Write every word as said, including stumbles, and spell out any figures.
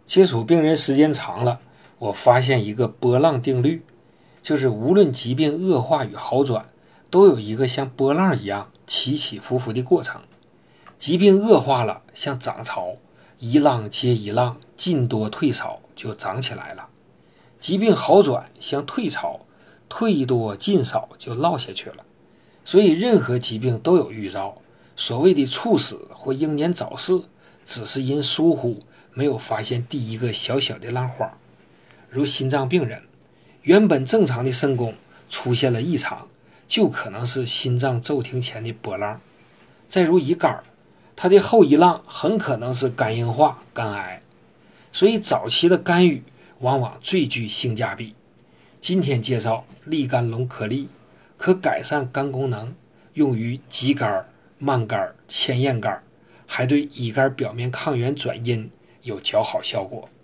接触病人时间长了，我发现一个波浪定律，就是无论疾病恶化与好转，都有一个像波浪一样起起伏伏的过程。疾病恶化了，像涨潮，一浪接一浪，进多退少就涨起来了；疾病好转，像退潮，退多进少就落下去了。所以任何疾病都有预兆，所谓的猝死或英年早逝，只是因疏忽没有发现第一个小小的浪花。如心脏病人，原本正常的肾功出现了异常，就可能是心脏骤停前的波浪。再如乙肝，它的后遗浪很可能是肝硬化、肝癌。所以早期的干预往往最具性价比。今天介绍利甘龙颗粒，可改善肝功能，用于急肝、慢肝、牵延肝，还对乙肝表面抗原转阴有较好效果。